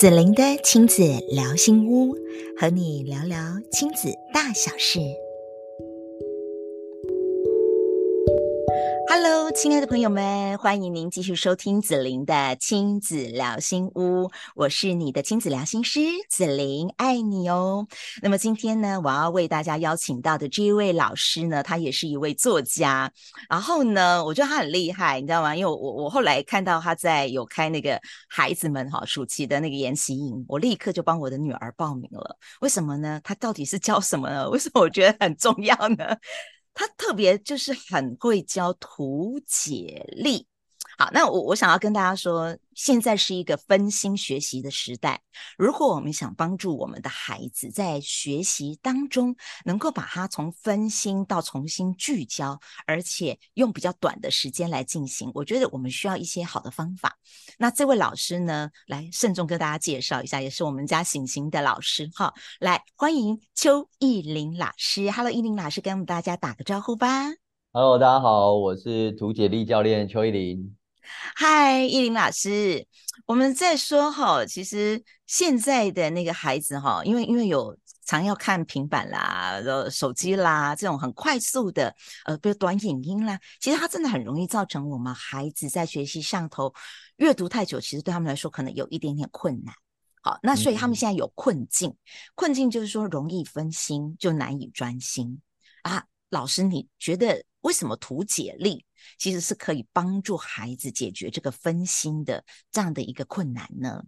子玲的亲子聊心屋，和你聊聊亲子大小事。Hello， 亲爱的朋友们，欢迎您继续收听子玲的亲子聊心屋，我是你的亲子聊心师子玲，爱你哦。那么今天呢，我要为大家邀请到的这一位老师呢，他也是一位作家，然后呢，我觉得他很厉害，你知道吗？因为我后来看到他在有开那个孩子们暑期的那个研习营，我立刻就帮我的女儿报名了。为什么呢？他到底是教什么呢？为什么我觉得很重要呢？他特别就是很会教图解力。好，那我想要跟大家说，现在是一个分心学习的时代。如果我们想帮助我们的孩子在学习当中能够把他从分心到重新聚焦，而且用比较短的时间来进行，我觉得我们需要一些好的方法。那这位老师呢，来慎重跟大家介绍一下，也是我们家醒醒的老师哈。来，欢迎邱奕霖老师。Hello， 奕霖老师跟我们大家打个招呼吧。 Hello，大家好，我是图解力教练邱奕霖。 嗨，奕霖老师，我们在说其实现在的那个孩子因为有常要看平板啦、手机啦这种很快速的比如短影音啦，其实它真的很容易造成我们孩子在学习上头阅读太久，其实对他们来说可能有一点点困难。好，那所以他们现在有困境，困境就是说容易分心，就难以专心啊。老师，你觉得为什么图解力其实是可以帮助孩子解决这个分心的这样的一个困难呢？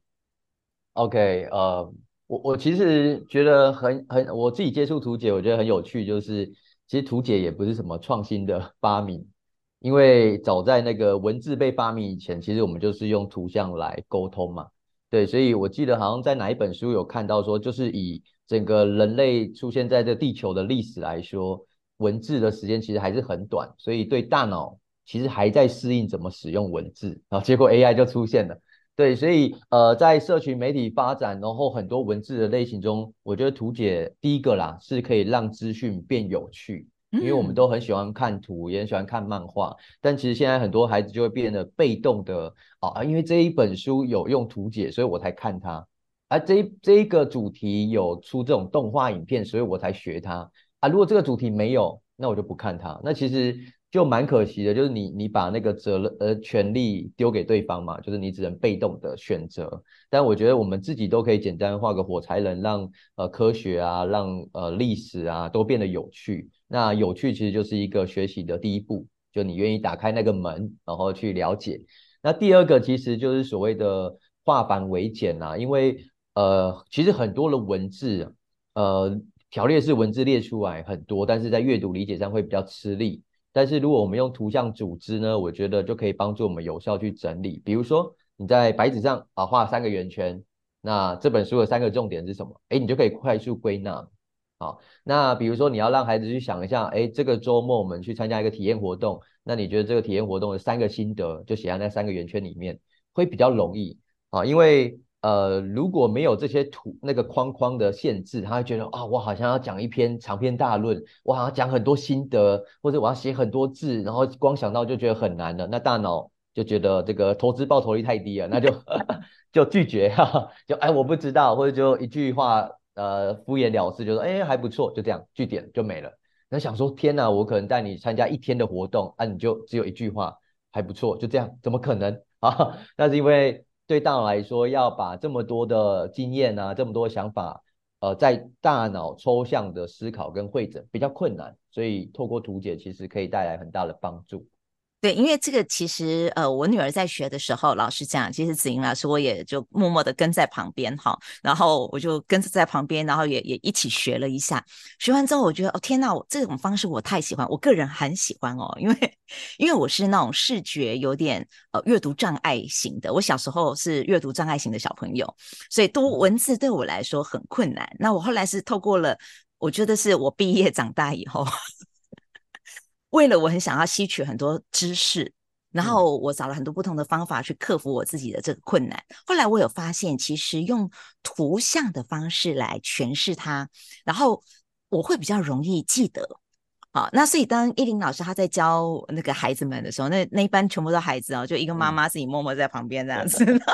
OK，我其实觉得我自己接触图解，我觉得很有趣，就是其实图解也不是什么创新的发明，因为早在那个文字被发明以前，其实我们就是用图像来沟通嘛。对，所以我记得好像在哪一本书有看到说，就是以整个人类出现在这地球的历史来说，文字的时间其实还是很短，所以对大脑其实还在适应怎么使用文字，然后结果 AI 就出现了。对，所以在社群媒体发展，然后很多文字的类型中，我觉得图解第一个啦，是可以让资讯变有趣，因为我们嗯。 都很喜欢看图，也很喜欢看漫画，但其实现在很多孩子就会变得被动的因为这一本书有用图解，所以我才看它，这一个主题有出这种动画影片，所以我才学它啊。如果这个主题没有，那我就不看它。那其实就蛮可惜的，就是你把那个权利丢给对方嘛，就是你只能被动的选择。但我觉得我们自己都可以简单画个火柴人，让科学啊，让历史啊都变得有趣。那有趣其实就是一个学习的第一步，就你愿意打开那个门，然后去了解。那第二个其实就是所谓的化繁为简啊，因为其实很多的文字条列式文字列出来很多，但是在阅读理解上会比较吃力。但是如果我们用图像组织呢，我觉得就可以帮助我们有效去整理。比如说你在白纸上画三个圆圈，那这本书的三个重点是什么？诶，你就可以快速归纳。好，那比如说你要让孩子去想一下，诶，这个周末我们去参加一个体验活动，那你觉得这个体验活动的三个心得就写在那三个圆圈里面，会比较容易因为如果没有这些那个框框的限制，他会觉得我好像要讲一篇长篇大论，我好像讲很多心得，或者我要写很多字，然后光想到就觉得很难了，那大脑就觉得这个投资报酬率太低了，那就就拒绝就我不知道，或者就一句话敷衍了事，就说还不错，就这样句点就没了。那想说天哪，我可能带你参加一天的活动你就只有一句话还不错，就这样，怎么可能那是因为对大脑来说，要把这么多的经验啊，这么多的想法，在大脑抽象的思考跟会诊比较困难，所以透过图解其实可以带来很大的帮助。 对，因为这个其实我女儿在学的时候，老师讲，其实子莹老师我也就默默的跟在旁边然后我就跟着在旁边，然后也一起学了一下。学完之后，我觉得天哪，这种方式我太喜欢，我个人很喜欢因为我是那种视觉有点阅读障碍型的，我小时候是阅读障碍型的小朋友，所以读文字对我来说很困难。那我后来是透过了，我觉得是我毕业长大以后。为了我很想要吸取很多知识，然嗯。 后我找了很多不同的方法去克服我自己的这个困难。后来我有发现，其实用图像的方式来诠释它，然后我会比较容易记得。好，那所以当依林老师他在教那个孩子们的时候，那一班全部都孩子就一个妈嗯， 妈自己默默在旁边这样对。 子，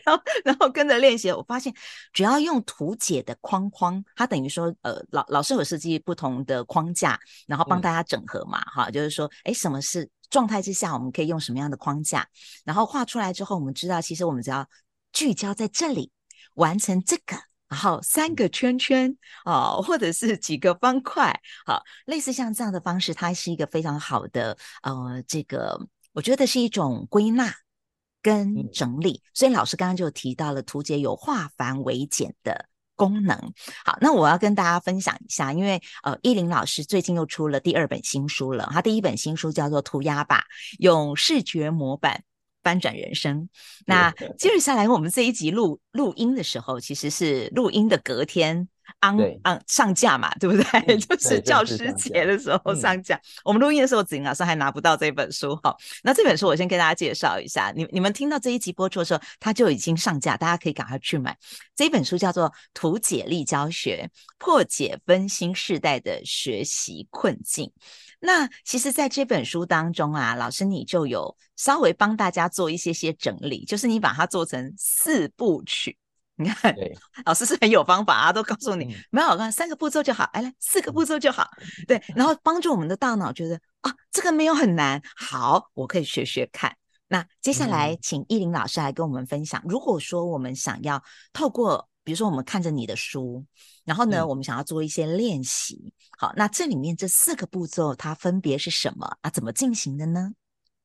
然后跟着练习，我发现只要用图解的框框，它等于说老师有设计不同的框架，然后帮大家整合嘛，哈，就是说，哎，什么是状态之下我们可以用什么样的框架，然后画出来之后，我们知道其实我们只要聚焦在这里，完成这个。然后3个圈圈或者是几个方块，好，类似像这样的方式，它是一个非常好的这个我觉得是一种归纳跟整理。所以老师刚刚就提到了图解有化繁为简的功能。好，那我要跟大家分享一下，因为依林老师最近又出了第2本新书了，他第1本新书叫做涂鸦吧，用视觉模板翻转人生。那接着下来，我们这一集录音的时候，其实是录音的隔天上架嘛，对不对？就是教师节的时候上架。我们录音的时候，子玲老师还拿不到这本书。好，那这本书我先跟大家介绍一下，你们听到这一集播出的时候，它就已经上架，大家可以赶快去买。这本书叫做《图解力教学：破解分心世代的学习困境》。那其实在这本书当中啊，老师你就有稍微帮大家做一些整理，就是你把它做成4部曲。你看，老师是很有方法啊，都告诉你，没有3个步骤就好，来4个步骤就好，对，然后帮助我们的大脑觉得这个没有很难，好，我可以学学看。那接下来请依林老师来跟我们分享，如果说我们想要透过比如说我们看着你的书，然后呢我们想要做一些练习，好，那这里面这4个步骤它分别是什么啊？怎么进行的呢？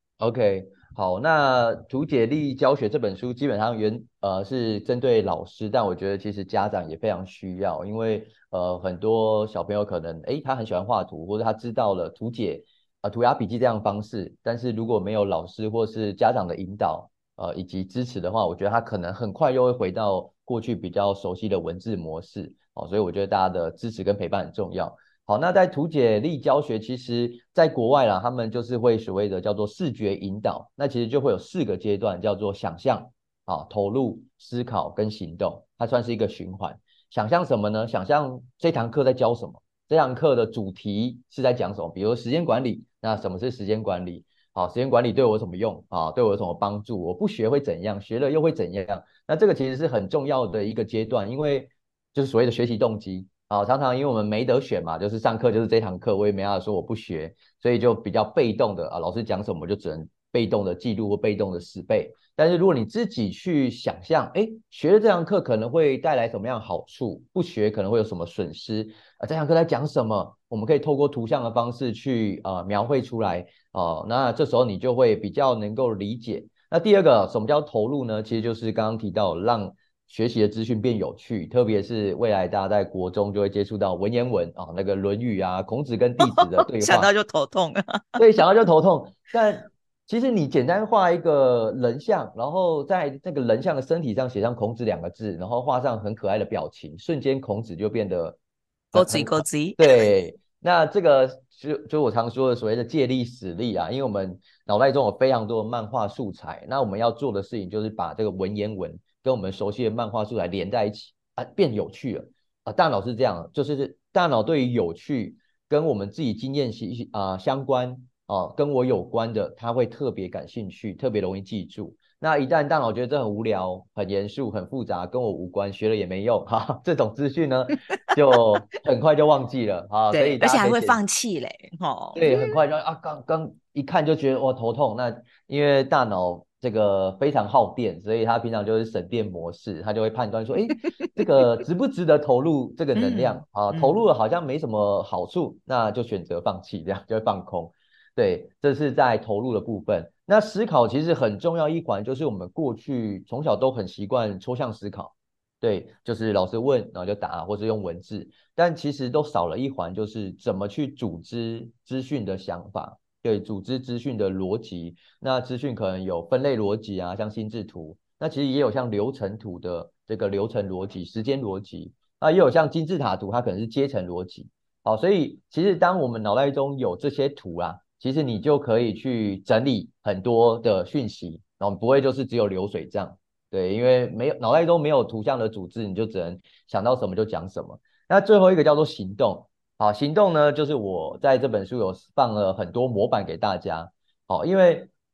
OK，好，那图解力教学这本书基本上是针对老师，但我觉得其实家长也非常需要，因为很多小朋友可能他很喜欢画图，或者他知道了图解涂鸦笔记这样的方式，但是如果没有老师或是家长的引导以及支持的话，我觉得他可能很快又会回到过去比较熟悉的文字模式，所以我觉得大家的支持跟陪伴很重要。好，那在图解力教学，其实在国外啦，他们就是会所谓的叫做视觉引导，那其实就会有4个阶段，叫做想象、投入、思考跟行动，它算是一个循环。想象什么呢？想象这堂课在教什么，这堂课的主题是在讲什么，比如时间管理，那什么是时间管理？好，时间管理对我有什么用啊？对我有什么帮助？我不学会怎样？学了又会怎样？那这个其实是很重要的一个阶段，因为就是所谓的学习动机。常常因为我们没得选嘛，就是上课就是这堂课，我也没办法说我不学，所以就比较被动的老师讲什么我就只能被动的记录或被动的死背。但是如果你自己去想象，学了这堂课可能会带来什么样的好处，不学可能会有什么损失这堂课在讲什么，我们可以透过图像的方式去描绘出来那这时候你就会比较能够理解。那第二个什么叫投入呢？其实就是刚刚提到让学习的资讯变有趣，特别是未来大家在国中就会接触到文言文那个《论语》啊，孔子跟弟子的对话， 想到就头痛。 对，想到就头痛。但其实你简单画一个人像，然后在那个人像的身体上写上孔子2个字，然后画上很可爱的表情，瞬间孔子就变得勾子勾子。 对。那这个就我常说的所谓的借力使力啊，因为我们脑袋中有非常多的漫画素材，那我们要做的事情就是把这个文言文跟我们熟悉的漫画素材连在一起变有趣了大脑是这样，就是大脑对于有趣跟我们自己经验相关跟我有关的，它会特别感兴趣，特别容易记住。那一旦大脑觉得这很无聊、很严肃、很复杂，跟我无关，学了也没用这种资讯呢，就很快就忘记了所对， 以而且还会大家可以放弃嘞。 对，很快就刚一看就觉得头痛。那因为大脑这个非常耗电，所以他平常就是省电模式，他就会判断说，这个值不值得投入这个能量投入了好像没什么好处，那就选择放弃，这样就会放空。对，这是在投入的部分。那思考其实很重要一环，就是我们过去从小都很习惯抽象思考，对，就是老师问，然后就答，或是用文字，但其实都少了一环，就是怎么去组织资讯的想法，对，组织资讯的逻辑。那资讯可能有分类逻辑啊，像心智图，那其实也有像流程图的这个流程逻辑、时间逻辑，也有像金字塔图，它可能是阶层逻辑。好，所以其实当我们脑袋中有这些图其实你就可以去整理很多的讯息，然后不会就是只有流水账。对，因为没有脑袋中没有图像的组织，你就只能想到什么就讲什么。那最后一个叫做行动，好，行动呢，就是我在这本书有放了很多模板给大家，好，因为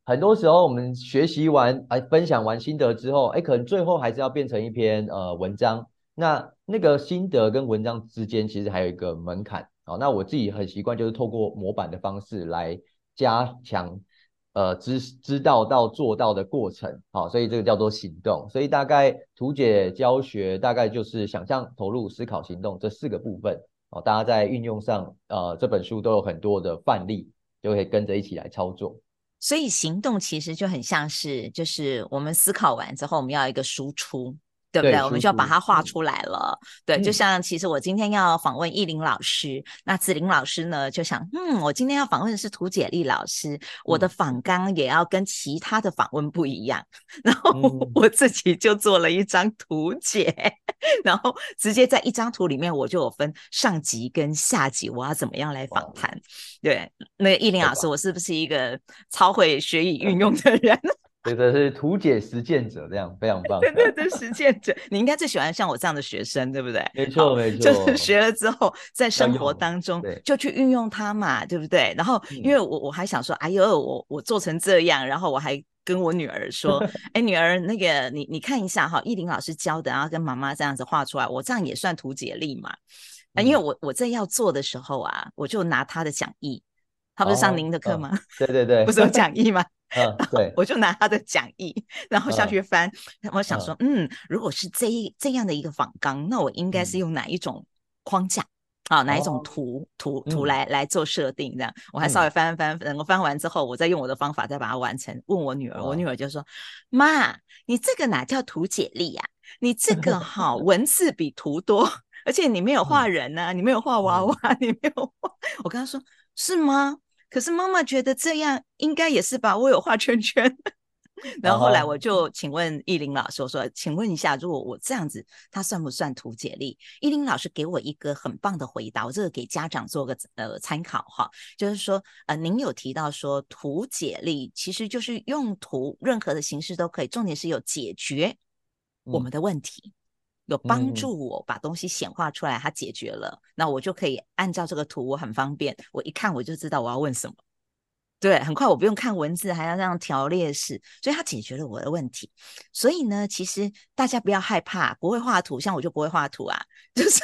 很多时候我们学习完，分享完心得之后，可能最后还是要变成一篇文章。那个心得跟文章之间其实还有一个门槛。好，那我自己很习惯就是透过模板的方式来加强知道到做到的过程。好，所以这个叫做行动。所以大概图解教学大概就是想象、投入、思考、行动这4个部分。好，大家在运用上，这本书都有很多的范例，就可以跟着一起来操作。 所以行动其实就很像是，就是我们思考完之后，我们要一个输出，对不对， 对？我们就要把输出。 它画出来了。对，就嗯像其实我今天要访问艺林老师，那子玲老师呢就想，我今天要访问的是涂解丽老师，我的嗯访纲也要跟其他的访问不一样，然后嗯， 我自己就做了一张图解，然后直接在一张图里面我就有分上集跟下集，我要怎么样来访哇， 谈。对，那个艺林老师， 太棒了！ 我是不是一个超会学以运用的人？ 这个是图解实践者，这样非常棒。 对对对，实践者，你应该最喜欢像我这样的学生，对不对？好， 没错没就是错， 学了之后，在生活要用。 当中对， 就去运用它嘛，对不对？然后，因嗯为我还想说，哎呦，我做成这样，然后我还跟我女儿说，哎，女儿，那个你看一下哈，艺林老师教的，然后跟妈妈这样子画出来，我这样也算图解力嘛？因为嗯， 我在要做的时候啊，我就拿他的讲义，他不是上您哦， 的课吗？ 对对对， 不是有讲义吗？然后对， 我就拿他的讲义，然后下去嗯翻。我想说， 嗯如果是这样的一个访纲，那我应该是嗯， 用哪一种框架？啊，哪一种哦， 图嗯来做设定？这样，我还稍嗯， 微翻，等我翻完之后，我再用我的方法再把它完成。问我女儿，我女哇， 儿就说：“妈，你这个哪叫图解力呀、你这个好文字比图多，而且你没有画嗯人啊，你没有画娃娃， 嗯， 你没有画。”我跟她说：“是吗？可是妈妈觉得这样应该也是吧，我有画圈圈。然后后来我啊哈， 就请问艺林老师，我说，请问一下，如果我这样子，他算不算图解力？艺林老师给我一个很棒的回答，我这个给家长做个参考哈，就是说，您有提到说图解力其实就是用图，任何的形式都可以，重点是有解决我们嗯的问题。有帮嗯， 助我把东西显化出来，它解决了，那我就可以按照这个图，我很方便，我一看我就知道我要问什么。对，很快我不用看文字，还要这样条列式，所以它解决了我的问题。所以呢，其实大家不要害怕，不会画图，像我就不会画图啊，就是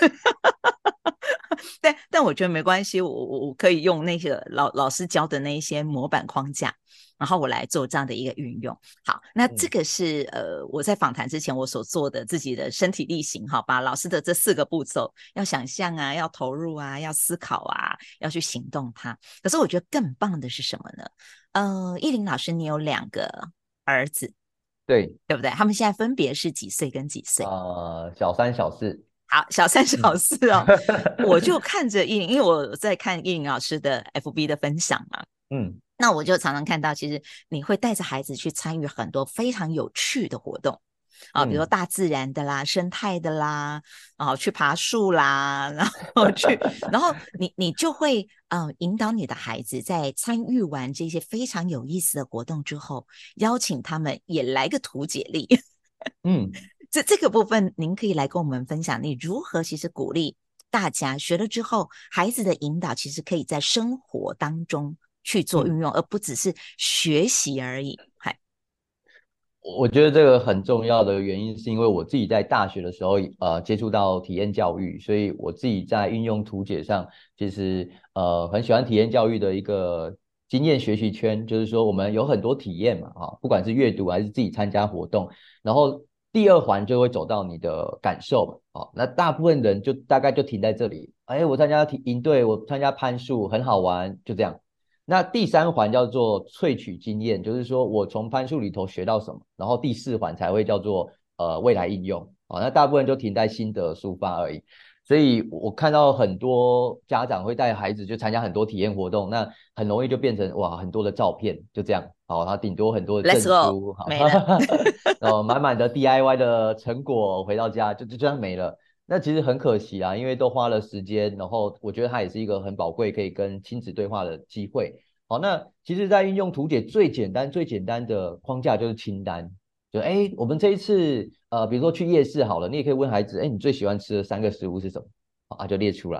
但我觉得没关系，我可以用那些老师教的那一些模板框架，然后我来做这样的一个运用。好，那这嗯个是我在访谈之前我所做的自己的身体力行哈，把老师的这4个步骤，要想象啊，要投入啊，要思考啊，要去行动它。可是我觉得更棒的是什么呢？艺林老师，你有2个儿子， 对， 对不对？他们现在分别是几岁跟几岁？ 小三小四， 好，小三小嗯四哦，我就看着艺林，因为我在看艺林老师的 FB 的分享嘛， 嗯那我就常常看到，其实你会带着孩子去参与很多非常有趣的活动啊，比如说嗯大自然的啦、生态的啦，然后去爬树啦，然后你就会引导你的孩子在参与完这些非常有意思的活动之后，邀请他们也来个图解力。 嗯。 这个部分，您可以来跟我们分享，你如何其实鼓励大家学了之后，孩子的引导其实可以在生活当中去做嗯运用，而不只是学习而已。嗨， 我觉得这个很重要的原因，是因为我自己在大学的时候，接触到体验教育，所以我自己在运用图解上，其实很喜欢体验教育的一个经验学习圈，就是说我们有很多体验嘛，不管是阅读还是自己参加活动，然后第二环就会走到你的感受嘛，那大部分人就大概就停在这里，哎，我参加营队，我参加攀树，很好玩，就这样。那第三环叫做萃取经验，就是说我从攀树里头学到什么，然后第四环才会叫做未来应用那大部分就停在心得抒发而已。所以我看到很多家长会带孩子去参加很多体验活动，那很容易就变成哇很多的照片就这样，好，他顶多很多的 ，Let's 证 go， 书，好， 没了。 然后满满的 DIY 的成果回到家就这样没了。那其实很可惜啊，因为都花了时间，然后我觉得它也是一个很宝贵可以跟亲子对话的机会。好，那其实，在运用图解最简单的框架就是清单，就我们这一次比如说去夜市好了，你也可以问孩子，你最喜欢吃的3个食物是什么？就列出来。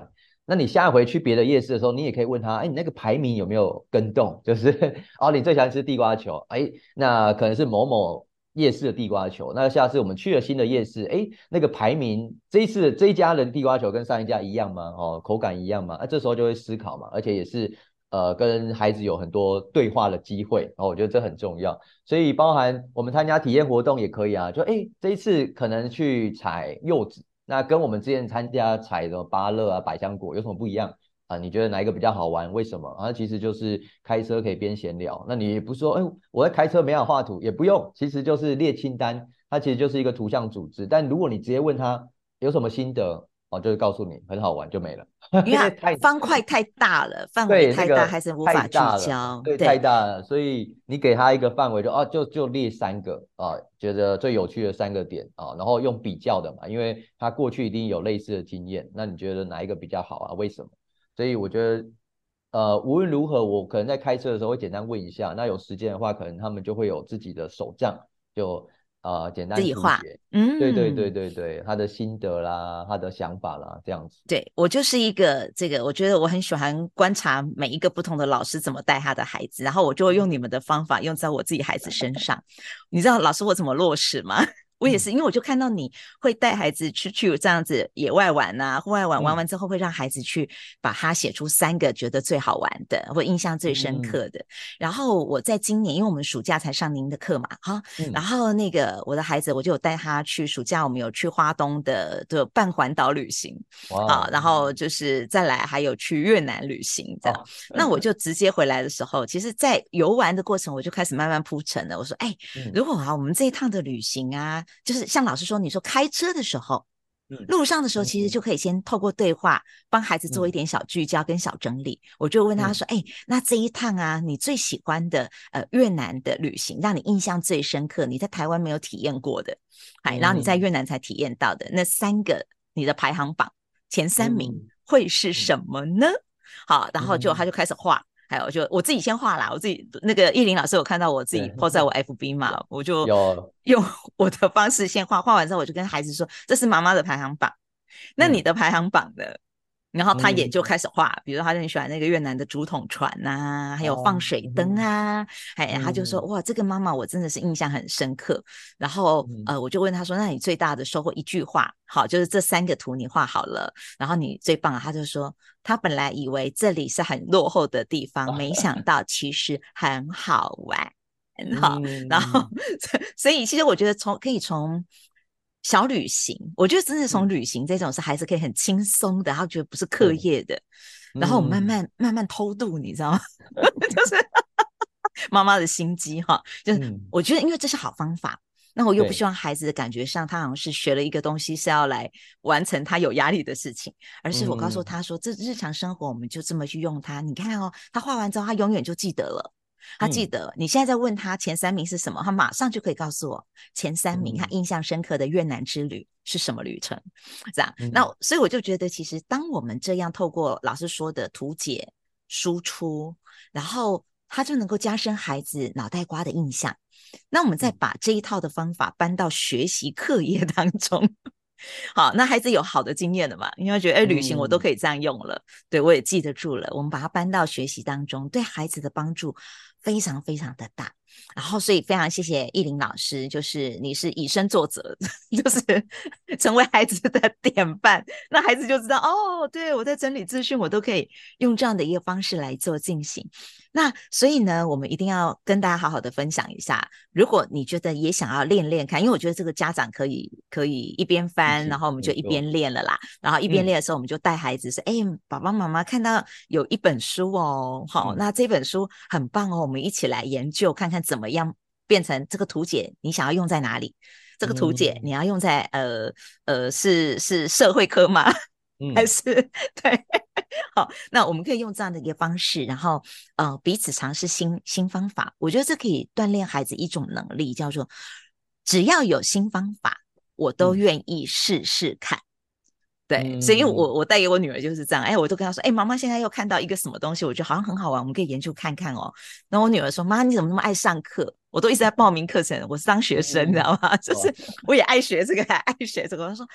那你下一回去别的夜市的时候，你也可以问他，哎，你那个排名有没有跟动？就是哦，你最喜欢吃地瓜球，哎，那可能是某某夜市的地瓜球。那下次我们去了新的夜市，哎，那个排名这一次这一家的地瓜球跟上一家一样吗？哦，口感一样吗？这时候就会思考嘛，而且也是跟孩子有很多对话的机会，我觉得这很重要。所以包含我们参加体验活动也可以啊，就这一次可能去采柚子。那跟我们之前参加采的芭乐啊、百香果有什么不一样啊？你觉得哪一个比较好玩？为什么？其实就是开车可以边闲聊。那你也不是说，我在开车没法画图，也不用，其实就是列清单，它其实就是一个图像组织。但如果你直接问他有什么心得，就是告诉你很好玩就没了， 因为它因为太方块太大了，范围对，那太大， 个孩子无太法聚大了， 焦。 对，太对， 大了，所以你给他一个范围就列3个觉得最有趣的3个点然后用比较的嘛，因为他过去一定有类似的经验，那你觉得哪一个比较好啊？为什么？所以我觉得无论如何，我可能在开车的时候会简单问一下，那有时间的话，可能他们就会有自己的手账，就简单自己画。 图解，对对对嗯。 对对，他的心得啦，他的想法啦，这样子。 对，我就是一个这个，我觉得我很喜欢观察每一个不同的老师怎么带他的孩子，然后我就会用你们的方法用在我自己孩子身上。你知道老师我怎么落实吗？我也嗯是，因为我就看到你会带孩子去这样子野外玩啊，户外玩，玩嗯完之后会让孩子去把他写出3个觉得最好玩的或印象最深嗯刻的。然后我在今年，因为我们暑假才上您的课嘛，哈，然嗯， 后那个我的孩子我就有带他去暑假，我们有去花东的半环岛旅行。好， 哇哦， 然后就是再来还有去越南旅行这样。 哦， 那我就直接回来的时候，其实在游玩的过程我就开始慢慢铺陈了。我说，哎， 嗯如果我们这一趟的旅行啊，就是像老师说，你说开车的时候。 嗯路上的时候，其实嗯就可以先透过对话帮孩子做一嗯点小聚焦跟小整理。我就问他嗯说：“哎，那这一趟啊，你最喜欢的越南的旅行，让你印象最深刻，你在台湾没有体验过的，哎，然后你在嗯越南才体验到的那3个，你的排行榜前3名嗯会是嗯什么呢？”好，然后他嗯， 就开始画。还有就我自己先画啦，我自己那个艺林老师有看到我自己对， po 在我 FB 嘛，我就有， 用我的方式先画，画完之后我就跟孩子说，这是妈妈的排行榜，那你嗯的排行榜呢？然后他也就嗯， 开始画，比如说他就很喜欢那个越南的竹筒船啊，还有哦， 放水灯嗯啊，哎，他就说嗯哇，这个妈妈我真的是印象很深刻。然后嗯， 我就问他说，那你最大的收获一句话，好，就是这3个图你画好了，然后你最棒了，他就说他本来以为这里是很落后的地方，没想到其实很好玩。很好，然后嗯所以其实我觉得可以从小旅行，我觉得真的从嗯旅行这种是孩子可以很轻松的，他觉得不是课对， 业的，然后我慢嗯慢慢慢偷渡，你知道吗？就是妈妈的心机哈，就是嗯我觉得因为这是好方法。那我又不对， 希望孩子的感觉上，他好像是学了一个东西，是要来完成他有压力的事情，而是我告诉嗯他说，这日常生活我们就这么去用它。你看哦，他画完之后，他永远就记得了。他记嗯得你现在在问他前3名是什么，他马上就可以告诉我前3名他嗯印象深刻的越南之旅是什么旅程。这样，那嗯所以我就觉得，其实当我们这样透过老师说的图解输出，然后他就能够加深孩子脑袋瓜的印象。那我们再嗯把这一套的方法搬到学习课业当中，好，那孩子有好的经验了嘛？因为觉得旅行我都嗯可以这样用了，对我也记得住了。我们把它搬到学习当中，对孩子的帮助非常非常的大。然后，所以非常谢谢艺林老师，就是你是以身作则，就是成为孩子的典范。那孩子就知道哦，对我在整理资讯，我都可以用这样的一个方式来做进行。那所以呢，我们一定要跟大家好好的分享一下。如果你觉得也想要练练看，因为我觉得这个家长可以一边翻，然一起后我们就一没错， 边练了啦。然后一边嗯练的时候，我们就带孩子说：“哎，爸爸妈妈看到有一本书哦，好， 嗯那这本书很棒哦，我们一起来研究看看怎么样变成这个图解，你想要用在哪里？这个图解你嗯要用在是社会科吗？还嗯是对？好，那我们可以用这样的一个方式，然后彼此尝试新方法。我觉得这可以锻炼孩子一种能力，叫做只要有新方法，我都嗯愿意试试看。对，所以嗯我带给我女儿就是这样，哎，我都跟她说，哎，妈妈现在又看到一个什么东西，我觉得好像很好玩，我们可以研究看看哦。然后我女儿说，妈，你怎么那么爱上课？我都一直在报名课程，我是当学生，你知嗯， 道吗？就是哇， 我也爱学这个，还爱学这个。我说，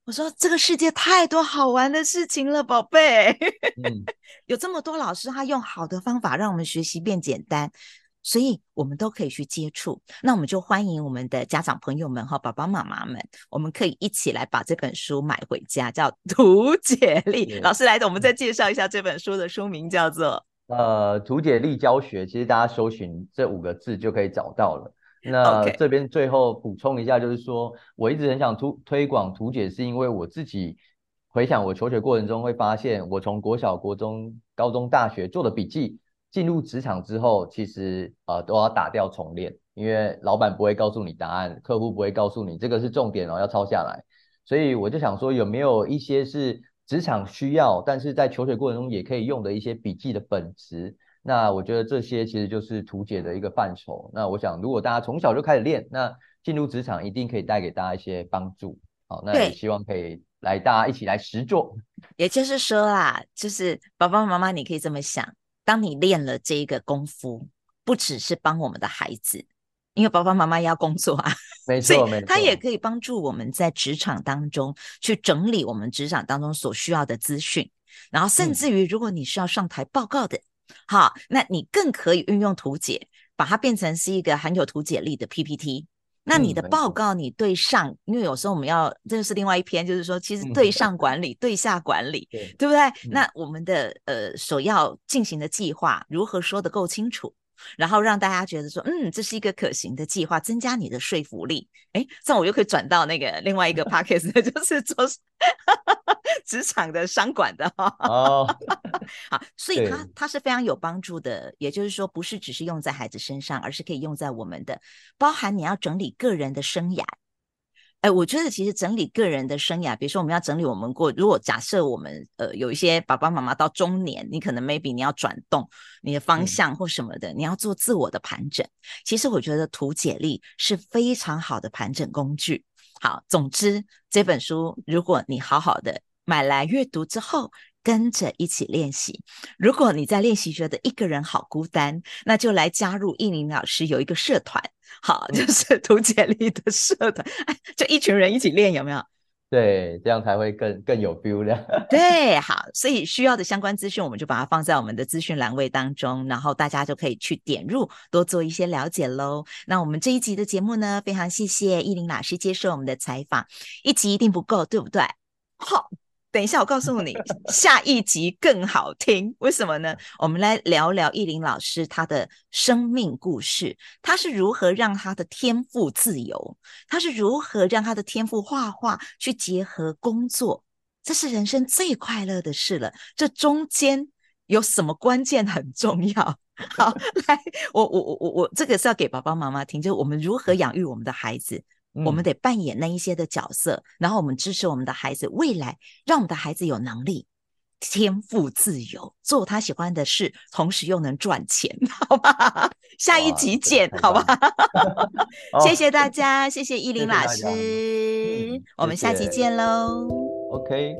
我说这个世界太多好玩的事情了，宝贝。 嗯， 有这么多老师，他用好的方法让我们学习变简单，所以我们都可以去接触。那我们就欢迎我们的家长朋友们和爸爸妈妈们，我们可以一起来把这本书买回家，叫《图解力》。老是。 师来，我们再介绍一下这本书的书名，叫做图解力教学，其实大家搜寻这5个字就可以找到了。那 OK。 这边最后补充一下，就是说我一直很想推广图解，是因为我自己回想我求学过程中会发现，我从国小、国中、高中、大学做的笔记，进入职场之后，其实都要打掉重练，因为老板不会告诉你答案，客户不会告诉你这个是重点哦，要抄下来。所以我就想说，有没有一些是职场需要，但是在求学过程中也可以用的一些笔记的本质？那我觉得这些其实就是图解的一个范畴。那我想，如果大家从小就开始练，那进入职场一定可以带给大家一些帮助。好，那也对， 希望可以来大家一起来实做。 也就是说啦，就是爸爸妈妈，你可以这么想：当你练了这一个功夫，不只是帮我们的孩子，因为爸爸妈妈要工作啊， 没所以错，没错。 他也可以帮助我们在职场当中去整理我们职场当中所需要的资讯，然后甚嗯至于如果你是要上台报告的，好，那你更可以运用图解，把它变成是一个很有图解力的 PPT。那你的没错。 报告你对上，因为有时候我们要，这是另外一篇，就是说，其实嗯， 对上管理、对下管理， 对。 对不对？ 嗯那我们的所要进行的计划如何说得够清楚，然后让大家觉得说，这是一个可行的计划，增加你的说服力。哎，这样我又可以转到那个另外一个 podcast，就是做职场的商管的哈、哦。 哦， 好，所以它对。 它是非常有帮助的，也就是说，不是只是用在孩子身上，而是可以用在我们的，包含你要整理个人的生涯。哎，我觉得其实整理个人的生涯，比如说我们要整理我们如果假设我们有一些爸爸妈妈到中年，你可能 maybe 你要转动你的方嗯向或什么的，你要做自我的盘整。其实我觉得图解力是非常好的盘整工具。好，总之这本书如果你好好的买来阅读之后，跟着一起练习。如果你在练习觉得一个人好孤单，那就来加入艺林老师有一个社团。好，就嗯， 是图解力的社团，就一群人一起练，有没有？ 对，这样才会更有 feel 的。 对，好，所以需要的相关资讯，我们就把它放在我们的资讯栏位当中，然后大家就可以去点入，多做一些了解喽。那我们这一集的节目呢，非常谢谢艺林老师接受我们的采访，一集一定不够，对不对？好，等一下我告诉你，下一集更好听，为什么呢？我们来聊聊艺林老师他的生命故事，他是如何让他的天赋自由，他是如何让他的天赋画画去结合工作。这是人生最快乐的事了。这中间有什么关键很重要？好，来，我这个是要给爸爸妈妈听，就是我们如何养育我们的孩子，我们嗯， 得扮演那一些的角色，然后我们支持我们的孩子未来，让我们的孩子有能力。天赋自由，做他喜欢的事，同时又能赚钱，好吧？下一哇，真的集见，好吧？ 太棒了。 谢好， 谢大家，谢谢依林老谢谢大家。 师，我谢们下集谢。 见喽。 OK。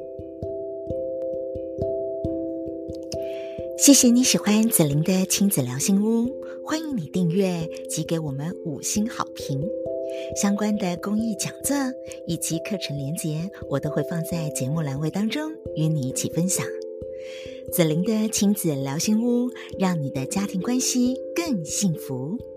谢谢你喜欢子玲的亲子聊心屋，欢迎你订阅及给我们5星好评。相关的公益讲座以及课程连结，我都会放在节目栏位当中与你一起分享。子玲的亲子聊心屋，让你的家庭关系更幸福。